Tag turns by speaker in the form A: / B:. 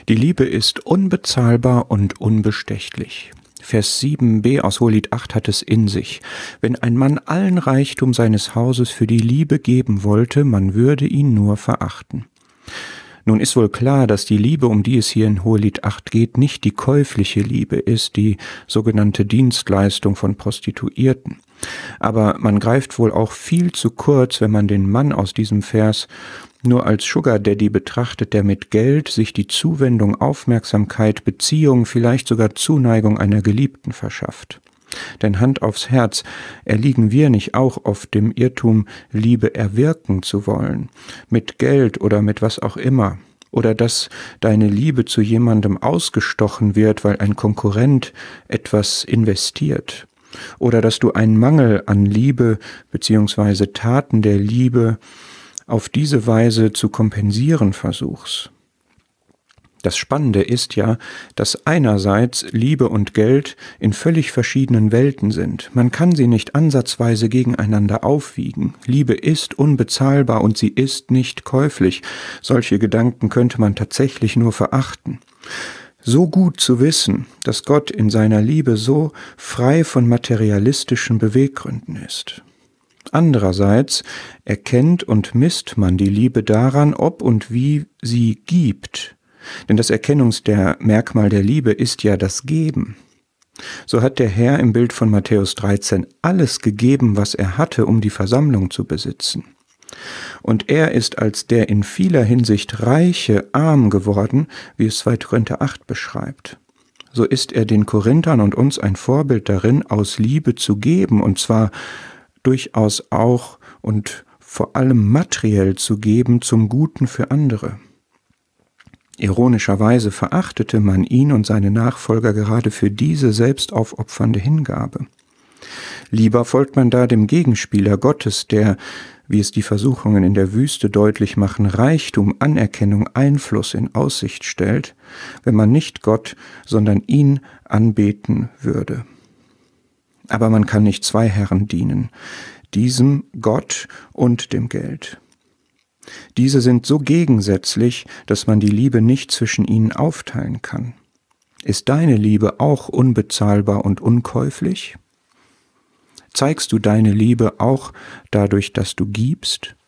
A: Die Liebe ist unbezahlbar und unbestechlich. Vers 7b aus Hohelied 8 hat es in sich. Wenn ein Mann allen Reichtum seines Hauses für die Liebe geben wollte, man würde ihn nur verachten. Nun ist wohl klar, dass die Liebe, um die es hier in Hohelied 8 geht, nicht die käufliche Liebe ist, die sogenannte Dienstleistung von Prostituierten. Aber man greift wohl auch viel zu kurz, wenn man den Mann aus diesem Vers nur als Sugar Daddy betrachtet, der mit Geld sich die Zuwendung, Aufmerksamkeit, Beziehung, vielleicht sogar Zuneigung einer Geliebten verschafft. Denn Hand aufs Herz, erliegen wir nicht auch oft dem Irrtum, Liebe erwirken zu wollen, mit Geld oder mit was auch immer, oder dass deine Liebe zu jemandem ausgestochen wird, weil ein Konkurrent etwas investiert, oder dass du einen Mangel an Liebe bzw. Taten der Liebe auf diese Weise zu kompensieren versuchst. Das Spannende ist ja, dass einerseits Liebe und Geld in völlig verschiedenen Welten sind. Man kann sie nicht ansatzweise gegeneinander aufwiegen. Liebe ist unbezahlbar und sie ist nicht käuflich. Solche Gedanken könnte man tatsächlich nur verachten. So gut zu wissen, dass Gott in seiner Liebe so frei von materialistischen Beweggründen ist. Andererseits erkennt und misst man die Liebe daran, ob und wie sie gibt. Denn das Erkennungsmerkmal der Liebe ist ja das Geben. So hat der Herr im Bild von Matthäus 13 alles gegeben, was er hatte, um die Versammlung zu besitzen. Und er ist als der in vieler Hinsicht Reiche arm geworden, wie es 2. Korinther 8 beschreibt. So ist er den Korinthern und uns ein Vorbild darin, aus Liebe zu geben, und zwar durchaus auch und vor allem materiell zu geben zum Guten für andere. Ironischerweise verachtete man ihn und seine Nachfolger gerade für diese selbstaufopfernde Hingabe. Lieber folgt man da dem Gegenspieler Gottes, der, wie es die Versuchungen in der Wüste deutlich machen, Reichtum, Anerkennung, Einfluss in Aussicht stellt, wenn man nicht Gott, sondern ihn anbeten würde. Aber man kann nicht zwei Herren dienen, diesem Gott und dem Geld. Diese sind so gegensätzlich, dass man die Liebe nicht zwischen ihnen aufteilen kann. Ist deine Liebe auch unbezahlbar und unkäuflich? Zeigst du deine Liebe auch dadurch, dass du gibst?